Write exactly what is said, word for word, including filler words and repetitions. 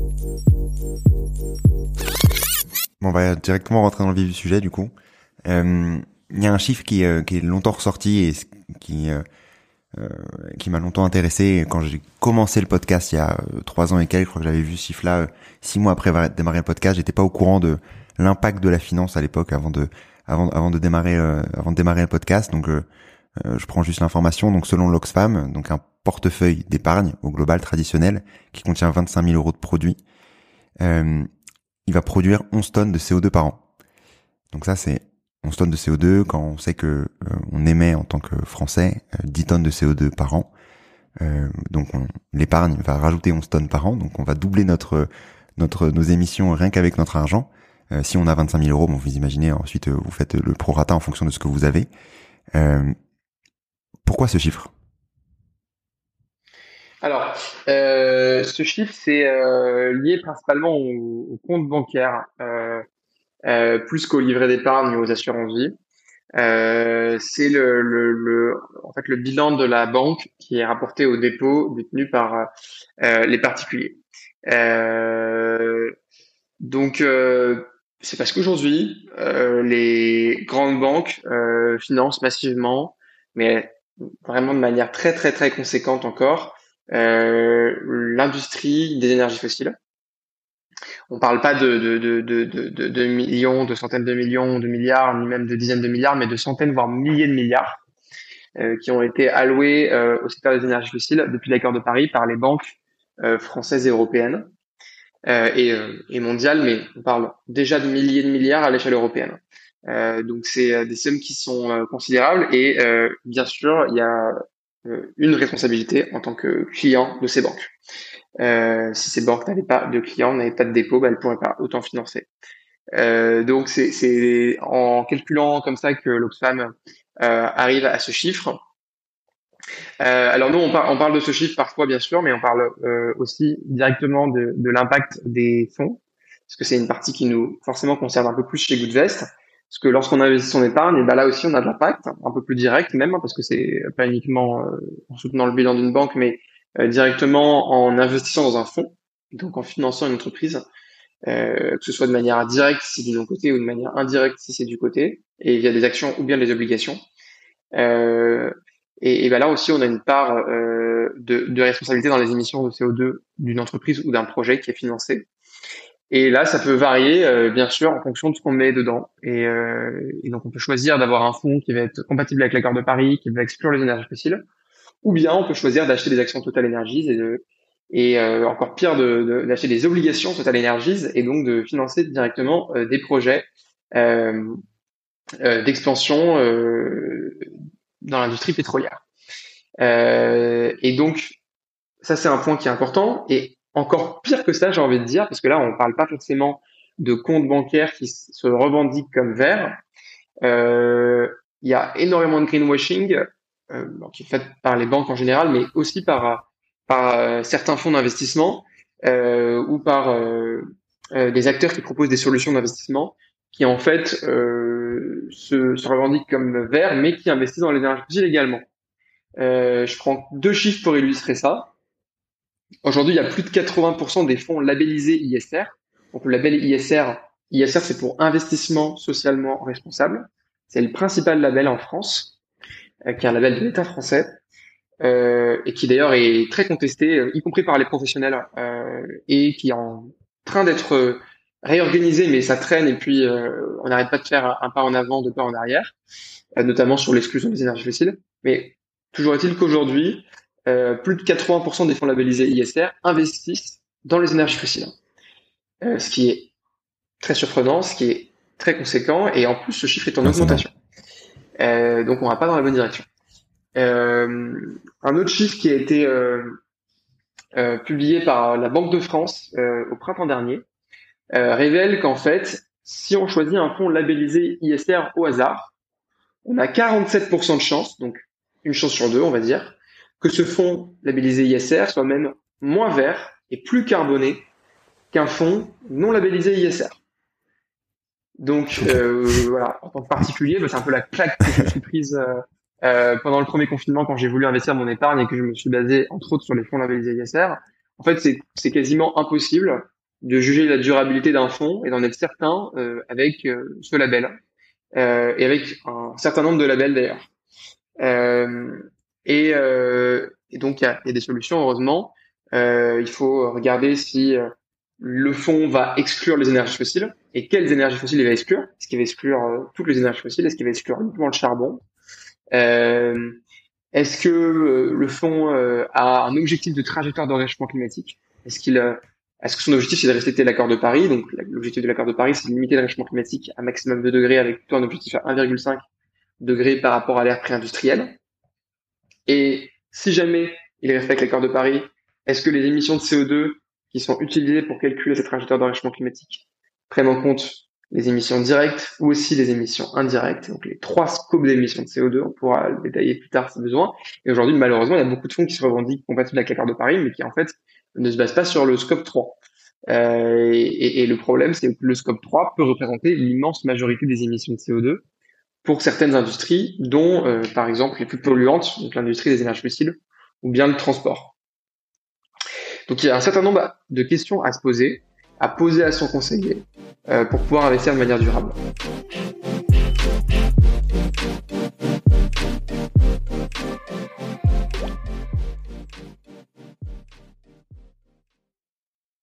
Bon, on va directement rentrer dans le vif du sujet, du coup. Euh, il y a un chiffre qui, euh, qui est longtemps ressorti et qui, euh, euh, qui m'a longtemps intéressé. Quand j'ai commencé le podcast il y a euh, trois ans et quelques, je crois que j'avais vu ce chiffre-là euh, six mois après avoir démarré le podcast. J'étais pas au courant de l'impact de la finance à l'époque, avant de, avant, avant de démarrer, euh, avant de démarrer le podcast. Donc, euh, euh, je prends juste l'information. Donc, selon l'Oxfam, donc un portefeuille d'épargne au global traditionnel qui contient vingt-cinq mille euros de produits, euh, il va produire onze tonnes de C O deux par an. Donc ça, c'est onze tonnes de C O deux quand on sait que euh, on émet en tant que Français euh, dix tonnes de C O deux par an. Euh, donc on, l'épargne va rajouter onze tonnes par an. Donc on va doubler notre notre nos émissions rien qu'avec notre argent. Euh, si on a vingt-cinq mille euros, bon, vous imaginez, ensuite euh, vous faites le prorata en fonction de ce que vous avez. Euh, pourquoi ce chiffre ? Alors, euh, ce chiffre, c'est euh, lié principalement au, au compte bancaire, euh, euh, plus qu'au livret d'épargne ou aux assurances vie. Euh, c'est le, le, le, en fait, le bilan de la banque qui est rapporté au dépôt détenu par euh, les particuliers. Euh, donc, euh, c'est parce qu'aujourd'hui, euh, les grandes banques euh, financent massivement, mais vraiment de manière très très très conséquente encore, euh, l'industrie des énergies fossiles. On parle pas de, de, de, de, de, de millions, de centaines de millions, de milliards, ni même de dizaines de milliards, mais de centaines, voire milliers de milliards euh, qui ont été alloués euh, au secteur des énergies fossiles depuis l'accord de Paris par les banques euh, françaises et européennes euh, et, euh, et mondiales, mais on parle déjà de milliers de milliards à l'échelle européenne. Euh, donc c'est euh, des sommes qui sont euh, considérables et euh, bien sûr il y a euh, une responsabilité en tant que client de ces banques. Euh, si ces banques n'avaient pas de clients, n'avaient pas de dépôt, bah, elles ne pourraient pas autant financer. Euh, donc c'est, c'est en calculant comme ça que l'Oxfam euh, arrive à ce chiffre. Euh, alors nous, on, par, on parle de ce chiffre parfois, bien sûr, mais on parle euh, aussi directement de, de l'impact des fonds, parce que c'est une partie qui nous forcément concerne un peu plus chez Goodvest, parce que lorsqu'on investit son épargne, et ben là aussi on a de l'impact, un peu plus direct même, parce que c'est pas uniquement euh, en soutenant le bilan d'une banque, mais euh, directement en investissant dans un fonds, donc en finançant une entreprise, euh, que ce soit de manière directe si c'est du non-côté ou de manière indirecte si c'est du côté, et via des actions ou bien des obligations. Euh, et, et ben là aussi, on a une part euh, de, de responsabilité dans les émissions de C O deux d'une entreprise ou d'un projet qui est financé. Et là, ça peut varier, euh, bien sûr, en fonction de ce qu'on met dedans. Et, euh, et donc, on peut choisir d'avoir un fonds qui va être compatible avec l'accord de Paris, qui va exclure les énergies fossiles, ou bien on peut choisir d'acheter des actions Total Energies et, de, et euh, encore pire, de, de, d'acheter des obligations Total Energies et donc de financer directement euh, des projets euh, euh, d'expansion euh, dans l'industrie pétrolière. Euh, et donc, ça, c'est un point qui est important. Et encore pire que ça, j'ai envie de dire, parce que là, on parle pas forcément de comptes bancaires qui se revendiquent comme verts. Euh, il y a énormément de greenwashing euh, qui est fait par les banques en général, mais aussi par, par euh, certains fonds d'investissement euh, ou par euh, euh, des acteurs qui proposent des solutions d'investissement qui en fait euh, se, se revendiquent comme verts, mais qui investissent dans les énergies fossiles également. Euh, je prends deux chiffres pour illustrer ça. Aujourd'hui, il y a plus de quatre-vingts pour cent des fonds labellisés I S R. Donc le label I S R, I S R c'est pour investissement socialement responsable. C'est le principal label en France, euh, qui est un label de l'État français, euh, et qui d'ailleurs est très contesté, euh, y compris par les professionnels, euh, et qui est en train d'être réorganisé, mais ça traîne, et puis euh, on n'arrête pas de faire un pas en avant, deux pas en arrière, euh, notamment sur l'exclusion des énergies fossiles. Mais toujours est-il qu'aujourd'hui, euh, plus de quatre-vingts pour cent des fonds labellisés I S R investissent dans les énergies fossiles, euh, ce qui est très surprenant, ce qui est très conséquent, et en plus ce chiffre est en Ah, c'est énorme. augmentation. Euh, donc on va pas dans la bonne direction. Euh, un autre chiffre qui a été euh, euh, publié par la Banque de France euh, au printemps dernier euh, révèle qu'en fait, si on choisit un fonds labellisé I S R au hasard, on a quarante-sept pour cent de chance, donc une chance sur deux, on va dire, que ce fonds labellisé I S R soit même moins vert et plus carboné qu'un fonds non labellisé I S R. Donc Ok. euh, voilà, en tant que particulier, bah, c'est un peu la claque que je me suis prise euh, euh, pendant le premier confinement quand j'ai voulu investir mon épargne et que je me suis basé entre autres sur les fonds labellisés I S R. En fait, c'est c'est quasiment impossible de juger la durabilité d'un fonds et d'en être certain euh, avec euh, ce label euh, et avec un certain nombre de labels d'ailleurs. Euh, et, euh, et donc il y a, y a des solutions heureusement. Euh, il faut regarder si euh, le fonds va exclure les énergies fossiles et quelles énergies fossiles il va exclure. Est-ce qu'il va exclure euh, toutes les énergies fossiles? Est-ce qu'il va exclure uniquement le charbon? Euh, Est-ce que euh, le fonds euh, a un objectif de trajectoire de réchauffement climatique? Est-ce qu'il euh, est-ce que son objectif c'est de respecter l'accord de Paris? Donc l'objectif de l'accord de Paris c'est de limiter le réchauffement climatique à maximum de degrés avec plutôt un objectif à un virgule cinq degrés par rapport à l'ère pré-industrielle. Et si jamais il respecte l'accord de Paris, est-ce que les émissions de C O deux qui sont utilisées pour calculer cette trajectoire de réchauffement climatique prennent en compte les émissions directes ou aussi les émissions indirectes, donc les trois scopes d'émissions de C O deux, on pourra le détailler plus tard si besoin. Et aujourd'hui, malheureusement, il y a beaucoup de fonds qui se revendiquent compatibles avec l'accord de Paris, mais qui en fait ne se basent pas sur le scope trois. Euh, et, et le problème, c'est que le scope trois peut représenter l'immense majorité des émissions de C O deux pour certaines industries, dont euh, par exemple les plus polluantes, donc l'industrie des énergies fossiles, ou bien le transport. Donc il y a un certain nombre de questions à se poser, à poser à son conseiller, euh, pour pouvoir investir de manière durable.